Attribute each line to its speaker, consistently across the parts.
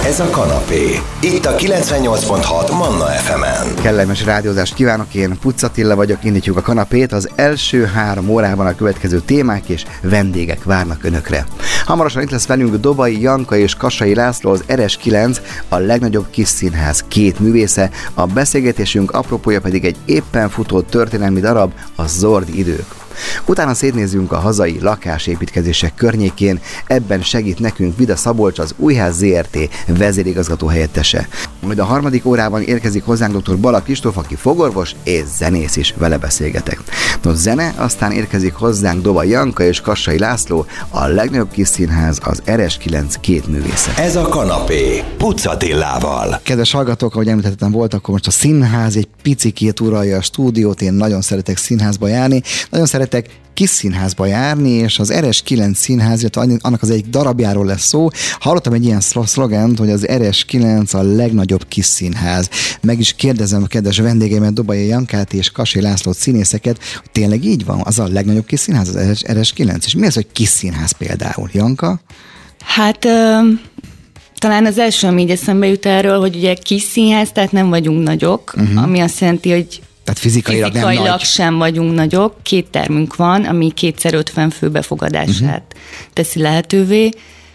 Speaker 1: Ez a kanapé. Itt a 98.6 Manna FM-en.
Speaker 2: Kellemes rádiózást kívánok, én Pucz Attila vagyok, indítjuk a kanapét. Az első 3 órában a következő témák és vendégek várnak önökre. Hamarosan itt lesz velünk Dobai Janka és Kassai László, az RS9, a legnagyobb kis színház 2 művésze. A beszélgetésünk apropója pedig egy éppen futó történelmi darab, a Zordi idők. Utána szétnézzünk a hazai lakásépítkezések környékén, ebben segít nekünk Vida Szabolcs, az Újház ZRT vezérigazgató helyettese. Majd a 3. órában érkezik hozzánk dr. Bala Kristóf, aki fogorvos és zenész is, vele beszélgetek. No, zene, aztán érkezik hozzánk Dobai Janka és Kassai László, a legnagyobb kis színház, az RS9 2 művésze.
Speaker 1: Ez a kanapé Pucz Attilával.
Speaker 2: Kedves hallgatók, ahogy említettem, volt, akkor most a színház egy picikét uralja a stúdiót, én nagyon szeretek színházba járni, nagyon szeretek kis színházba járni, és az RS9 színház, annak az egyik darabjáról lesz szó. Hallottam egy ilyen szlogent, hogy az RS9 a legnagyobb kis színház. Meg is kérdezem a kedves vendégeimet, Dobai Jankát és Kassai Lászlót, színészeket, hogy tényleg így van? Az a legnagyobb kis színház, az RS9? És mi az, hogy kis színház például? Janka?
Speaker 3: Hát... talán az első, ami így eszembe jut erről, hogy ugye kis színház, tehát nem vagyunk nagyok, ami azt jelenti, hogy
Speaker 2: tehát fizikailag nem nagy.
Speaker 3: Sem vagyunk nagyok. 2 termünk van, ami 2x50 fő befogadását teszi lehetővé.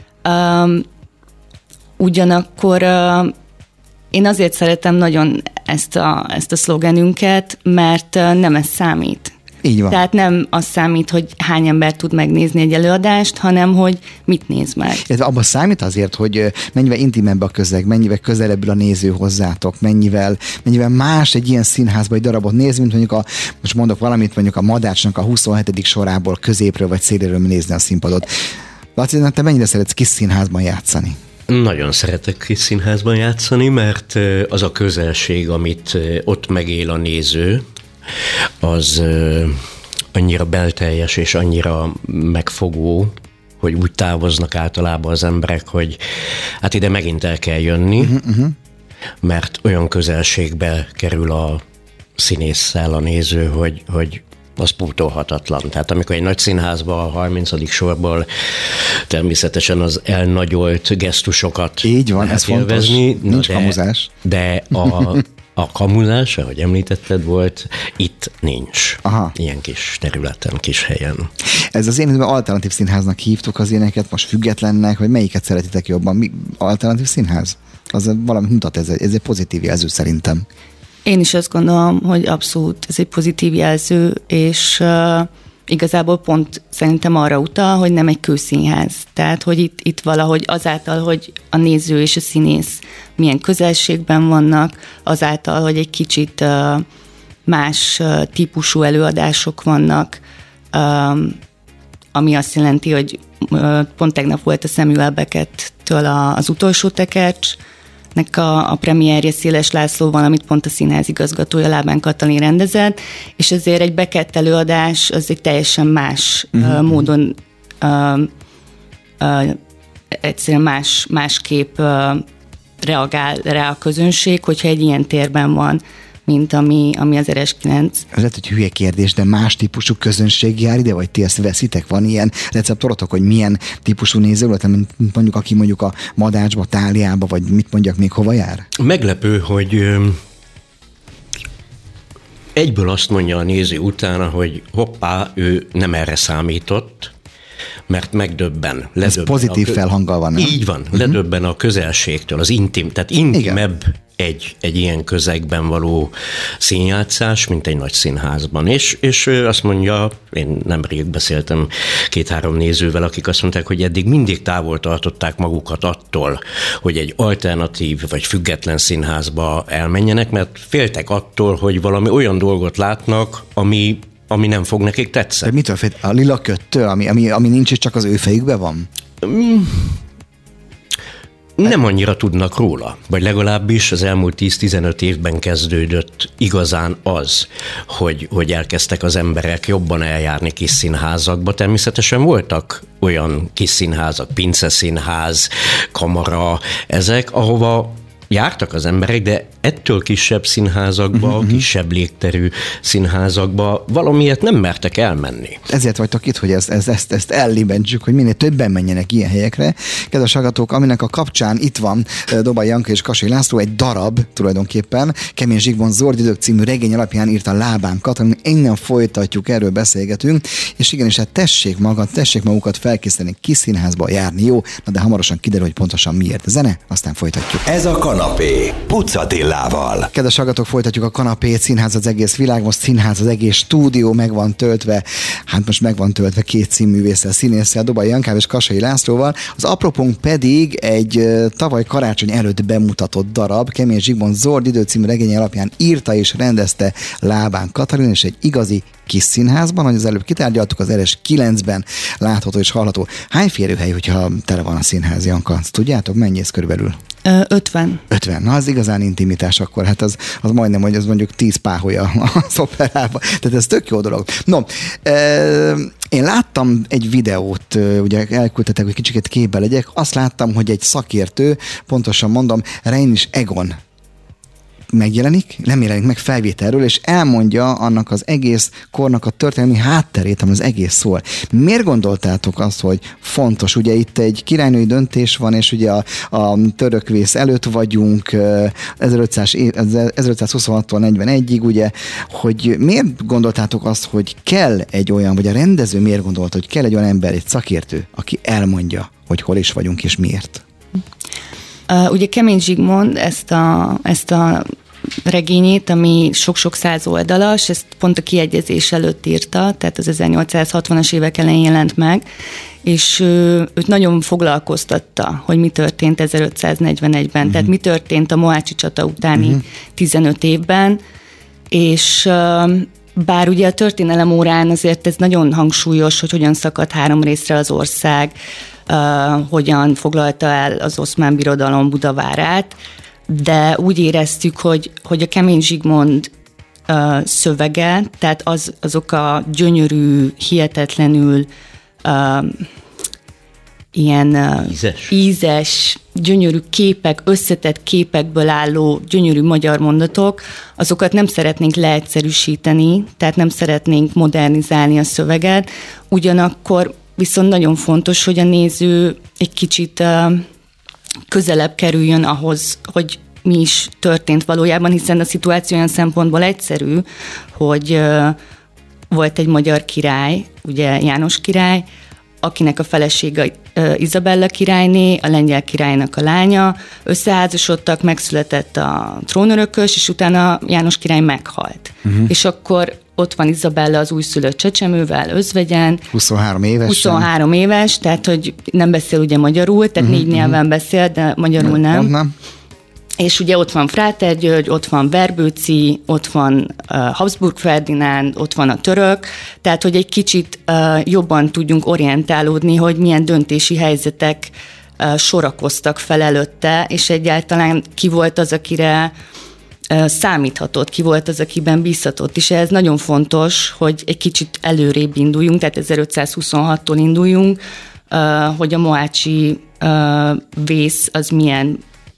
Speaker 3: Ugyanakkor én azért szeretem nagyon ezt a szlogenünket, mert nem ez számít.
Speaker 2: Így van.
Speaker 3: Tehát nem az számít, hogy hány ember tud megnézni egy előadást, hanem hogy mit néz meg.
Speaker 2: Ez abban számít azért, hogy mennyivel intimebb a közeg, mennyivel közelebbül a néző hozzátok, mennyivel más egy ilyen színházba egy darabot nézni, mint mondjuk most mondok valamit, mondjuk a Madácsnak a 27. sorából középről vagy széléről nézni a színpadot. Laci, te mennyire szeretsz kis színházban játszani?
Speaker 4: Nagyon szeretek kis színházban játszani, mert az a közelség, amit ott megél a néző, az annyira belteljes és annyira megfogó, hogy úgy távoznak általában az emberek, hogy hát ide megint el kell jönni, mert olyan közelségbe kerül a színésszel a néző, hogy az pótolhatatlan. Tehát amikor egy nagy színházban a 30. sorból természetesen az elnagyolt gesztusokat
Speaker 2: így van, ez élvezni, fontos. Nincs kamuzás.
Speaker 4: De a kamuzás, ahogy említetted volt, itt nincs. Aha. Ilyen kis területen, kis helyen.
Speaker 2: Ez az én időben alternatív színháznak hívtuk az éneket, most függetlennek, vagy melyiket szeretitek jobban? Alternatív színház? Az valamit mutat, ez egy pozitív jelző szerintem.
Speaker 3: Én is azt gondolom, hogy abszolút ez egy pozitív jelző, és igazából pont szerintem arra utal, hogy nem egy kőszínház. Tehát, hogy itt valahogy azáltal, hogy a néző és a színész milyen közelségben vannak, azáltal, hogy egy kicsit más típusú előadások vannak, ami azt jelenti, hogy pont tegnap volt a Samuel Beckett-től az utolsó tekercs, nek a premierje Széles Lászlóval, amit pont a színház igazgatója Lábán Katalin rendezett, és ezért egy Beckett előadás az egy teljesen más módon egyszerűen másképp reagál rá a közönség, hogyha egy ilyen térben van, mint ami az RS9.
Speaker 2: Ez lehet, hogy hülye kérdés, de más típusú közönség jár ide, vagy ti ezt veszitek? Van ilyen receptorotok, hogy milyen típusú néző, mint mondjuk, aki mondjuk a Madácsba, Táliába, vagy mit mondjak még, hova jár?
Speaker 4: Meglepő, hogy egyből azt mondja a néző utána, hogy hoppá, ő nem erre számított, mert megdöbben.
Speaker 2: Ez pozitív felhanggal van, nem?
Speaker 4: Így van, ledöbben a közelségtől, az tehát intimebb egy ilyen közegben való színjátszás, mint egy nagy színházban. És azt mondja, én nemrég beszéltem 2-3 nézővel, akik azt mondták, hogy eddig mindig távol tartották magukat attól, hogy egy alternatív vagy független színházba elmenjenek, mert féltek attól, hogy valami olyan dolgot látnak, ami nem fog nekik tetszeni.
Speaker 2: De mitől fél? A lila köttől, ami nincs, és csak az ő fejükben van?
Speaker 4: Nem annyira tudnak róla, vagy legalábbis az elmúlt 10-15 évben kezdődött igazán az, hogy elkezdtek az emberek jobban eljárni kis színházakba. Természetesen voltak olyan kis színházak, Pince Színház, Kamara, ezek, ahova jártak az emberek, de ettől kisebb színházakba, kisebb légterű színházakba valamiért nem mertek elmenni.
Speaker 2: Ezért vagytok itt, hogy ezt ellibentsük, hogy minél többen menjenek ilyen helyekre. Kedves hallgatók, aminek a kapcsán itt van Dobai Janka és Kassai László, egy darab tulajdonképpen, Kemény Zsigmond Zord idők című regény alapján írta Lábánkat, amin innen folytatjuk, erről beszélgetünk, és igenis, hát tessék magukat felkészíteni, kis színházba járni, jó? Na de hamarosan kiderül, hogy pontosan miért. Zene, aztán folytatjuk.
Speaker 1: Ez a kanapé Puc Attilával.
Speaker 2: Kedves hallgatók, folytatjuk a kanapét, színház az egész világ, most színház az egész stúdió, meg van töltve, hát most meg van töltve két színművésszel, színésszel, Dobai Jankával és Kassai Lászlóval. Az apropónk pedig egy tavaly karácsony előtt bemutatott darab, Kemény Zsigmond Zord idő című regény alapján írta és rendezte Lábán Katalin, és egy igazi kis színházban, hogy az előbb kitárgyaltuk, az RS 9-ben látható és hallható. Hány férőhely, hogyha tele van a színház, Janka? Azt tudjátok, mennyi ez körülbelül?
Speaker 3: 50.
Speaker 2: 50. Na, az igazán intimitás akkor, hát az majdnem, hogy az mondjuk 10 páholya az operában. Tehát ez tök jó dolog. No, én láttam egy videót, ugye elküldtetek, hogy kicsit képbe legyek, azt láttam, hogy egy szakértő, pontosan mondom, Reinis Egon nem jelenik meg felvételről, és elmondja annak az egész kornak a történelmi hátterét, ami az egész szól. Miért gondoltátok azt, hogy fontos? Ugye itt egy királynői döntés van, és ugye a törökvész előtt vagyunk 1526-tól 41-ig, ugye, hogy miért gondoltátok azt, hogy kell egy olyan, vagy a rendező miért gondolta, hogy kell egy olyan ember, egy szakértő, aki elmondja, hogy hol is vagyunk, és miért?
Speaker 3: Ugye Kemény Zsigmond ezt a regényét, ami sok-sok száz oldalas, ezt pont a kiegyezés előtt írta, tehát az 1860-as évek elején jelent meg, és őt nagyon foglalkoztatta, hogy mi történt 1541-ben, tehát mi történt a mohácsi csata utáni 15 évben, és bár ugye a történelem órán azért ez nagyon hangsúlyos, hogy hogyan szakadt 3 részre az ország, hogyan foglalta el az Oszmán Birodalom Budavárát, de úgy éreztük, hogy a Kemény Zsigmond szövege, tehát azok a gyönyörű, hihetetlenül ilyen ízes, gyönyörű képek, összetett képekből álló gyönyörű magyar mondatok, azokat nem szeretnénk leegyszerűsíteni, tehát nem szeretnénk modernizálni a szöveget, ugyanakkor viszont nagyon fontos, hogy a néző egy kicsit közelebb kerüljön ahhoz, hogy mi is történt valójában, hiszen a szituáció olyan szempontból egyszerű, hogy volt egy magyar király, ugye János király, akinek a felesége Izabella királyné, a lengyel királynak a lánya, összeházasodtak, megszületett a trónörökös, és utána János király meghalt. És akkor ott van Izabella az újszülött csecsemővel, özvegyen. 23 éves, tehát hogy nem beszél ugye magyarul, tehát 4 nyelven beszél, de magyarul nem. És ugye ott van Fráter György, ott van Verbőci, ott van Habsburg Ferdinánd, ott van a török, tehát hogy egy kicsit jobban tudjunk orientálódni, hogy milyen döntési helyzetek sorakoztak fel előtte, és egyáltalán ki volt az, akire számíthatott, ki volt az, akiben bízhatott, és ez nagyon fontos, hogy egy kicsit előrébb induljunk, tehát 1526-tól induljunk, hogy a mohácsi vész az milyen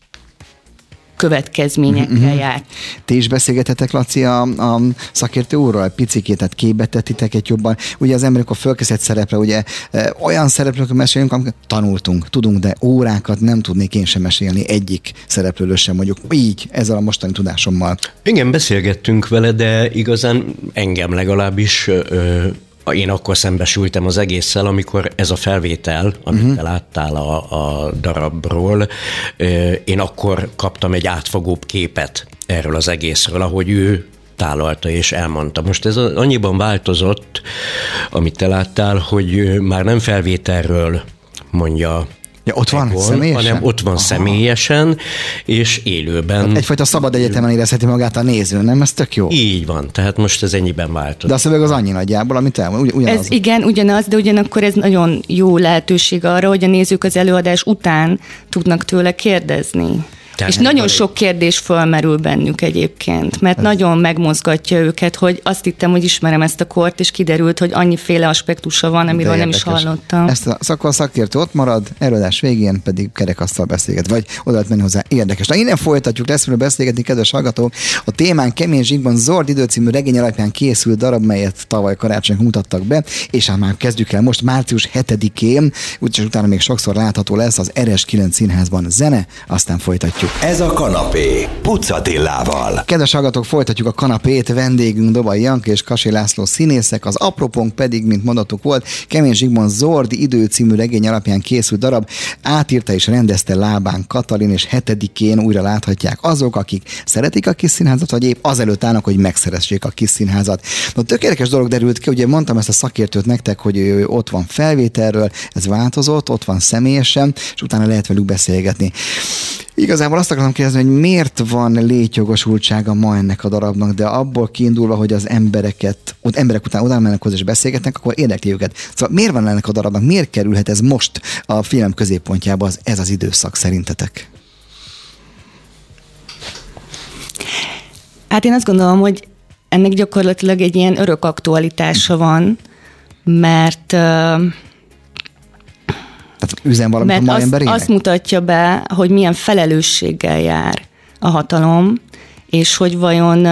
Speaker 3: következményekkel jár.
Speaker 2: Ti is beszélgetetek, Laci, a szakértő úrral, picikét, tehát képbe tettiteket jobban. Ugye az emberek a fölkészített szerepre, ugye olyan szereplőkről mesélünk, amiket tanultunk, tudunk, de órákat nem tudnék én sem mesélni egyik szereplőről sem, mondjuk így, ezzel a mostani tudásommal. Igen,
Speaker 4: beszélgettünk vele, de igazán engem legalábbis én akkor szembesültem az egésszel, amikor ez a felvétel, amit te láttál a darabról, én akkor kaptam egy átfogóbb képet erről az egészről, ahogy ő tálalta és elmondta. Most ez annyiban változott, amit te láttál, hogy már nem felvételről mondja,
Speaker 2: ott van
Speaker 4: Egon,
Speaker 2: személyesen?
Speaker 4: hanem ott van személyesen, és élőben.
Speaker 2: Hát egyfajta szabad egyetemen érezheti magát a néző, nem? Ez tök jó.
Speaker 4: Így van, tehát most ez ennyiben változott.
Speaker 2: De a szöveg az annyi nagyjából, amit elmond, ugyanaz.
Speaker 3: Ez igen, ugyanaz, de ugyanakkor ez nagyon jó lehetőség arra, hogy a nézők az előadás után tudnak tőle kérdezni. És nagyon sok kérdés fölmerül bennük egyébként, mert nagyon megmozgatja őket, hogy azt hittem, hogy ismerem ezt a kort, és kiderült, hogy annyiféle aspektusa van, amiről nem is hallottam.
Speaker 2: Ezt a szakértő ott marad, előadás végén pedig kerekasztal beszélget, vagy oda lehet menni hozzá. Érdekes. Na, innen folytatjuk, lesz miről beszélgetni, kedves hallgatók. A témán Kemény Zsigmond Zord idő című regény alapján készült darab, melyet tavaly karácsonyra mutattak be, és hát már kezdjük el most március 7-én, úgyhogy utána még sokszor látható lesz az RS9 színházban zene, aztán folytatjuk.
Speaker 1: Ez a kanapé Pucz Attilával.
Speaker 2: Kedves hallgatók, folytatjuk a kanapét, vendégünk Dobai Janka és Kassai László színészek, az apropónk pedig, mint mondatuk volt, Kemény Zsigmond Zord idő című regény alapján készült darab, átírta és rendezte Lábán Katalin, és 7-én újra láthatják azok, akik szeretik a Kis Színházat, vagy épp azelőtt állnak, hogy megszeressék a Kis Színházat. No, tökéletes dolog derült ki, ugye mondtam ezt a szakértőt nektek, hogy ő ott van felvételről, ez változott, ott van személyesen, és utána lehet velük beszélgetni. Igazából azt akartam kérdezni, hogy miért van létjogosultsága ma ennek a darabnak, de abból kiindulva, hogy az emberek után mennek hozzá és beszélgetnek, akkor érdekli őket. Szóval miért van ennek a darabnak, miért kerülhet ez most a film középpontjába ez az időszak szerintetek?
Speaker 3: Hát én azt gondolom, hogy ennek gyakorlatilag egy ilyen örök aktualitása van, mert
Speaker 2: üzen valamit a mai emberének?
Speaker 3: Azt mutatja be, hogy milyen felelősséggel jár a hatalom, és hogy vajon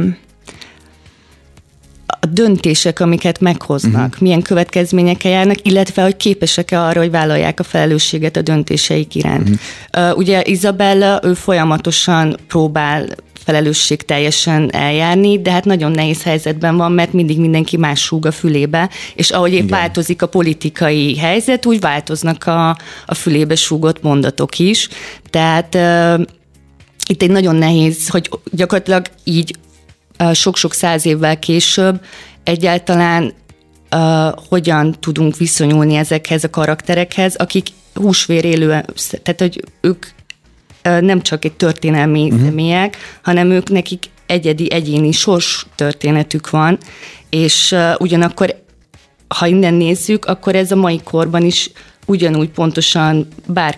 Speaker 3: a döntések, amiket meghoznak, milyen következményekkel járnak, illetve hogy képesek-e arra, hogy vállalják a felelősséget a döntéseik iránt. Ugye Izabella, ő folyamatosan próbál felelősségteljesen eljárni, de hát nagyon nehéz helyzetben van, mert mindig mindenki más súg a fülébe, és ahogy épp változik a politikai helyzet, úgy változnak a fülébe súgott mondatok is. Tehát itt egy nagyon nehéz, hogy gyakorlatilag így sok-sok száz évvel később egyáltalán hogyan tudunk viszonyulni ezekhez a karakterekhez, akik húsvér élő, tehát hogy ők nem csak egy történelmi személyek, hanem ők nekik egyéni sors történetük van, és ugyanakkor, ha innen nézzük, akkor ez a mai korban is ugyanúgy pontosan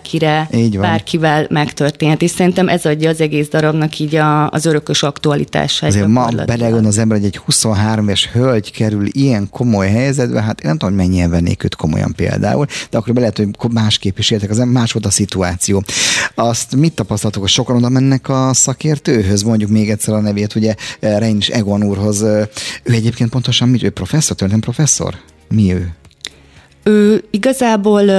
Speaker 3: bárkivel megtörténhet, és szerintem ez adja az egész darabnak így az örökös aktualitását.
Speaker 2: Azért ma belegond az ember, hogy egy 23 éves hölgy kerül ilyen komoly helyzetbe, hát én nem tudom, hogy mennyien vennék őt komolyan például, de akkor be lehet, hogy másképp is éltek, az más volt a szituáció. Azt mit tapasztaltok, hogy sokan oda mennek a szakértőhöz, mondjuk még egyszer a nevét, ugye Reinis Egon úrhoz. Ő egyébként pontosan mit? Ő professzor, történelmi professzor? Mi ő?
Speaker 3: Ő igazából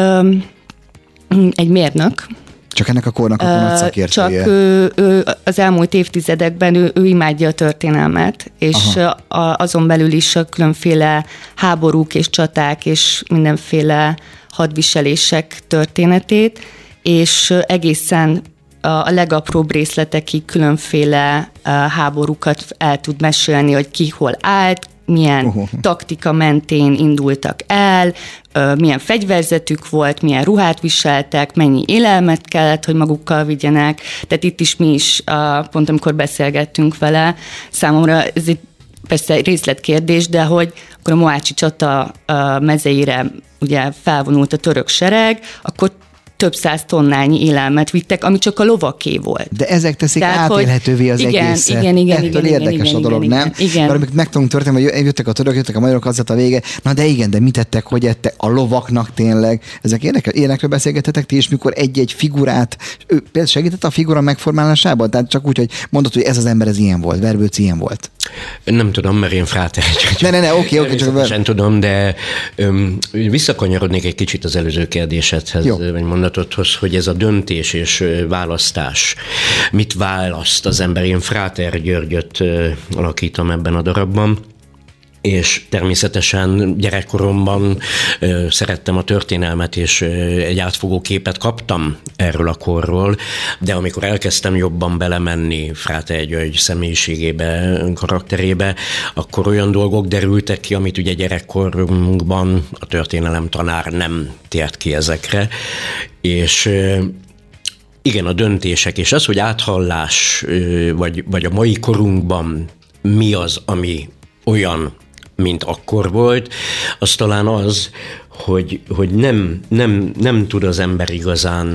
Speaker 3: egy mérnök.
Speaker 2: Csak ennek a kornak akkor nagy szakértője.
Speaker 3: Csak ő az elmúlt évtizedekben ő imádja a történelmet, és azon belül is a különféle háborúk és csaták és mindenféle hadviselések történetét, és egészen a legapróbb részletekig különféle háborúkat el tud mesélni, hogy ki hol állt, milyen taktika mentén indultak el, milyen fegyverzetük volt, milyen ruhát viseltek, mennyi élelmet kellett, hogy magukkal vigyenek. Tehát itt is mi is, pont amikor beszélgettünk vele, számomra ez egy persze egy részletkérdés, de hogy akkor a Mohácsi csata mezeire ugye felvonult a török sereg, akkor több 100 tonnányi élelmet vittek, ami csak a lovaké volt.
Speaker 2: De ezek teszik átélhetővé az egészet.
Speaker 3: Igen.
Speaker 2: Érdekes a dolog, nem? Mert amikor meg tudunk történni, hogy jöttek a török, jöttek a magyarok, az lett a vége. Na de igen, de mit tettek, hogy ettek a lovaknak tényleg? Ezek érdekes. Ilyenekről beszélgetetek ti is, mikor egy-egy figurát, ő például segített a figura megformálásában? Tehát csak úgy, hogy mondod, hogy ez az ember, ez ilyen volt, Verbőc ilyen volt.
Speaker 4: Nem tudom, mert én Fráter.
Speaker 2: Oké, csak
Speaker 4: sem tudom, de visszakanyarodnék egy kicsit az előző kérdésedhez, vagy mondatodhoz, hogy ez a döntés és választás, mit választ az ember. Én Fráter Györgyöt alakítom ebben a darabban, és természetesen gyerekkoromban szerettem a történelmet, és egy átfogó képet kaptam erről a korról, de amikor elkezdtem jobban belemenni Fráter György személyiségébe, karakterébe, akkor olyan dolgok derültek ki, amit ugye gyerekkorunkban a történelem tanár nem tért ki ezekre, és igen, a döntések, és az, hogy áthallás, vagy a mai korunkban mi az, ami olyan, mint akkor volt, az talán az, hogy nem tud az ember igazán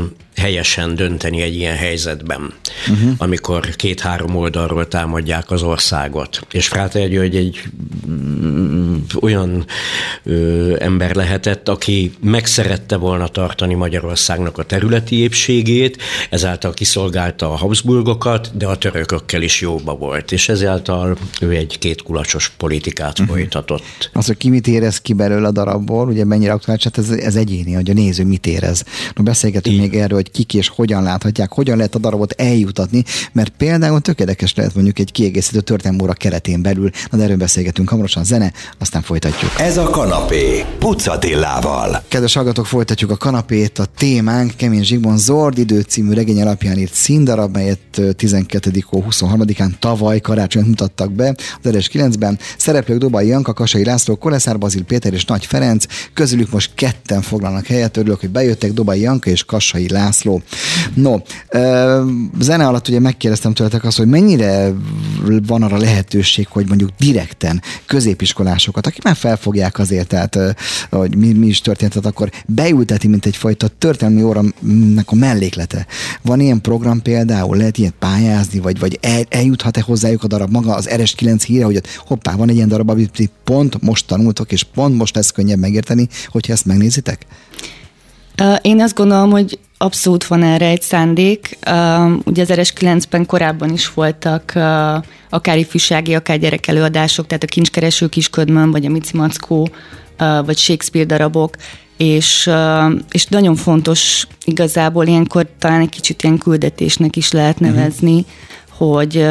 Speaker 4: helyesen dönteni egy ilyen helyzetben, amikor 2-3 oldalról támadják az országot. És Fráter György egy olyan ember lehetett, aki meg szerette volna tartani Magyarországnak a területi épségét, ezáltal kiszolgálta a Habsburgokat, de a törökökkel is jóba volt, és ezáltal ő egy kétkulacsos politikát folytatott.
Speaker 2: Az, hogy ki mit érez ki belőle a darabból, ugye mennyire aktuális, hát ez egyéni, hogy a néző mit érez. Beszélgetünk még erről, hogy kik és hogyan láthatják, hogyan lehet a darabot eljutatni, mert például tökéletes lehet mondjuk egy kiegészítő történelmóra keretén belül, de erről beszélgetünk hamarosan, zene, aztán folytatjuk.
Speaker 1: Ez a kanapé Pucz Attilával.
Speaker 2: Kedves hallgatók, folytatjuk a kanapét, a témánk Kemény Zsigmond Zordidő című regény alapján írt színdarab, melyet 12. hó 23-án tavaly karácsonyat mutattak be az Eres 9-ben. Szereplők Dobai Janka, Kassai László, Koleszár Bazil Péter és Nagy Ferenc, közülük most ketten foglalnak helyet, örülök, hogy bejöttek, Dobai Janka és Kassai László. No, zene alatt ugye megkérdeztem tőletek azt, hogy mennyire van arra lehetőség, hogy mondjuk direkten középiskolásokat, akik már felfogják azért, tehát hogy mi is történt, tehát akkor beülteti, mint egyfajta történelmi órának a melléklete. Van ilyen program például, lehet ilyet pályázni, vagy eljuthat-e hozzájuk a darab maga, az Eres 9 híre, hogy hoppá, van egy ilyen darab, amit pont most tanultok, és pont most lesz könnyebb megérteni, hogyha ezt megnézitek?
Speaker 3: Én azt gondolom, hogy abszolút van erre egy szándék. Ugye az Eres 9-ben korábban is voltak akár ifjúsági, akár gyerekelőadások, tehát a Kincskereső Kisködmön, vagy a Mici Mackó, vagy Shakespeare darabok, és nagyon fontos igazából ilyenkor talán egy kicsit ilyen küldetésnek is lehet nevezni, hogy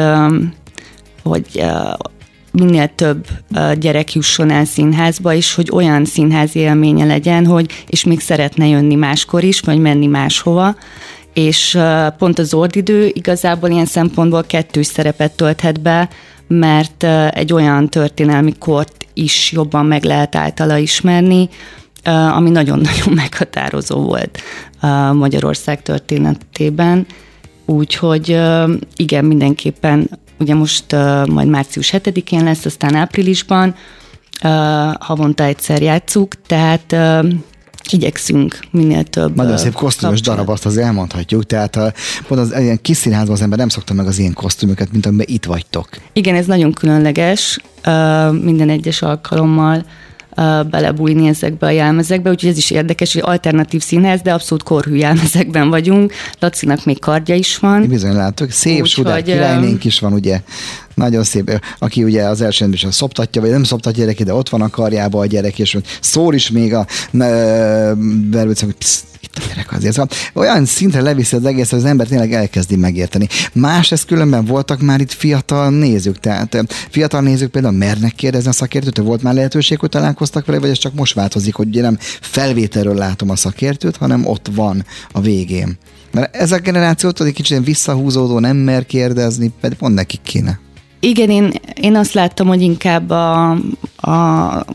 Speaker 3: minél több gyerek jusson el színházba, és hogy olyan színházi élménye legyen, és még szeretne jönni máskor is, vagy menni máshova, és pont az Zordidő igazából ilyen szempontból kettős szerepet tölthet be, mert egy olyan történelmi kort is jobban meg lehet általa ismerni, ami nagyon-nagyon meghatározó volt Magyarország történetében. Úgyhogy igen, mindenképpen ugye most majd március 7-én lesz, aztán áprilisban, havonta egyszer játsszuk, tehát igyekszünk minél több.
Speaker 2: Nagyon szép kosztümös darab, azt azért elmondhatjuk, tehát pont az ilyen kis színházban az ember nem szokta meg az ilyen kosztümöket, mint amiben itt vagytok.
Speaker 3: Igen, ez nagyon különleges, minden egyes alkalommal belebújni ezekbe a jelmezekbe, úgyhogy ez is érdekes, hogy alternatív színház, de abszolút korhű jelmezekben vagyunk. Lacinak még kardja is van.
Speaker 2: Bizony látok, szép Sudár királynénk is van, ugye, nagyon szép, aki ugye az első is szoptatja, vagy nem szoptatja gyerek, de ott van a karjába a gyerek, és szól is még a verbőcök, hogy itt a gyerek azért. Szóval olyan szintre leviszi az egész, hogy az ember tényleg elkezdi megérteni. Másrészt különben voltak már itt fiatal nézők, tehát fiatal nézők például mernek kérdezni a szakértőt, volt már lehetőség, hogy találkoztak vele, vagy ez csak most változik, hogy ugye nem felvételről látom a szakértőt, hanem ott van a végén. Mert ez a generáció egy kicsit visszahúzódó, nem mer kérdezni, pedig pont nekik kéne.
Speaker 3: Igen, én azt láttam, hogy inkább a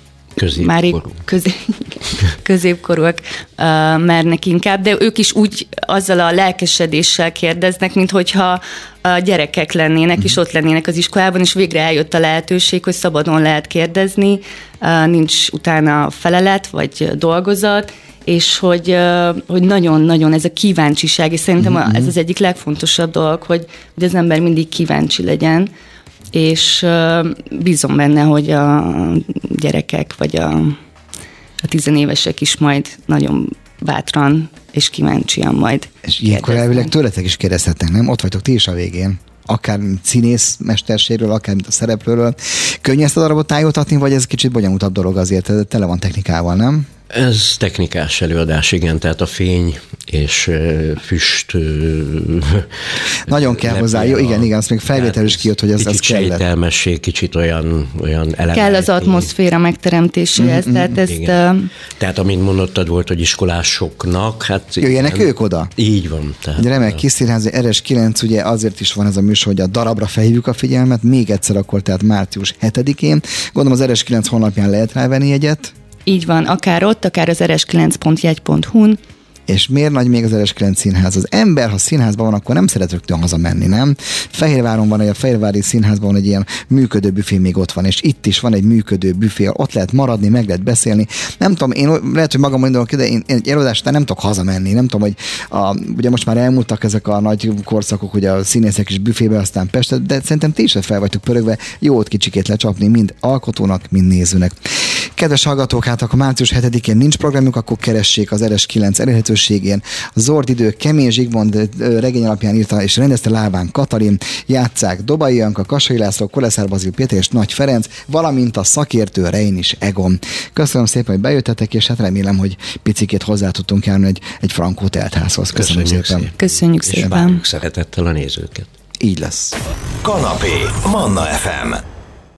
Speaker 3: középkorúak mernek inkább, de ők is úgy azzal a lelkesedéssel kérdeznek, mint hogyha gyerekek lennének, és ott lennének az iskolában, és végre eljött a lehetőség, hogy szabadon lehet kérdezni, nincs utána felelet, vagy dolgozat, és hogy nagyon-nagyon ez a kíváncsiság, és szerintem ez az egyik legfontosabb dolog, hogy az ember mindig kíváncsi legyen, és bízom benne, hogy a gyerekek, vagy a tizenévesek is majd nagyon bátran és kíváncsian majd
Speaker 2: és ilyenkor elvileg tőletek is kérdezhetnek, nem? Ott vagytok ti is a végén. Akár színész mesterségről, akár mint a szereplőről. Könnyű ezt a darabot tájoltatni, vagy ez kicsit bonyolultabb dolog azért? Tele van technikával, nem?
Speaker 4: Ez technikás előadás, igen, tehát a fény és füst.
Speaker 2: Nagyon kell hozzá, jó, igen, azt még felvétel is kijött, hogy ez kellett.
Speaker 4: Kicsit sejtelmesség, kicsit olyan elemek.
Speaker 3: Kell az atmoszféra megteremtéséhez, tehát ezt...
Speaker 4: Tehát amint mondottad volt, hogy iskolásoknak, hát...
Speaker 2: Jöjjenek ők oda?
Speaker 4: Így van.
Speaker 2: Tehát, remek kis színház, Eres 9, ugye azért is van ez a műsor, hogy a darabra felhívjuk a figyelmet, még egyszer akkor, tehát március 7-én. Gondolom az Eres 9 honlapján lehet rávenni jegyet.
Speaker 3: Így van, akár ott, akár az eres9.jegy.hu-n,
Speaker 2: És miért nagy még az RS9 színház? Az ember, ha színházban van, akkor nem szeret rögtön hazamenni, nem? Fehérváron van, a Fehérvári Színházban van egy ilyen működő büfé, még ott van, és itt is van egy működő büfé, ott lehet maradni, meg lehet beszélni. Nem tudom, én lehet, hogy magam mondom, de én egy előadás után nem tudok hazamenni. Nem tudom, hogy ugye most már elmúltak ezek a nagy korszakok, ugye a színészek is büfébe, aztán Pestet, de szerintem ti is fel vagytok pörögve, jó ott kicsikét lecsapni, mind alkotónak, mind nézőnek. Kedves hallgatók, hát akkor március 7-én nincs programjuk, akkor keressék az RS9 elérhetőségén. A Zord idő, Kemény Zsigmond regény alapján írta és rendezte Lábán Katalin, játsszák Dobai Janka, Kassai László, Koleszár Bazil Péter és Nagy Ferenc, valamint a szakértő Reinis Egon. Köszönöm szépen, hogy bejöttetek, és hát remélem, hogy picikét hozzá tudtunk járni egy frankó teltházhoz. Köszönjük szépen.
Speaker 3: Köszönjük szépen.
Speaker 4: És várjuk szeretettel a nézőket.
Speaker 2: Így lesz.
Speaker 1: Kanapé, Manna FM.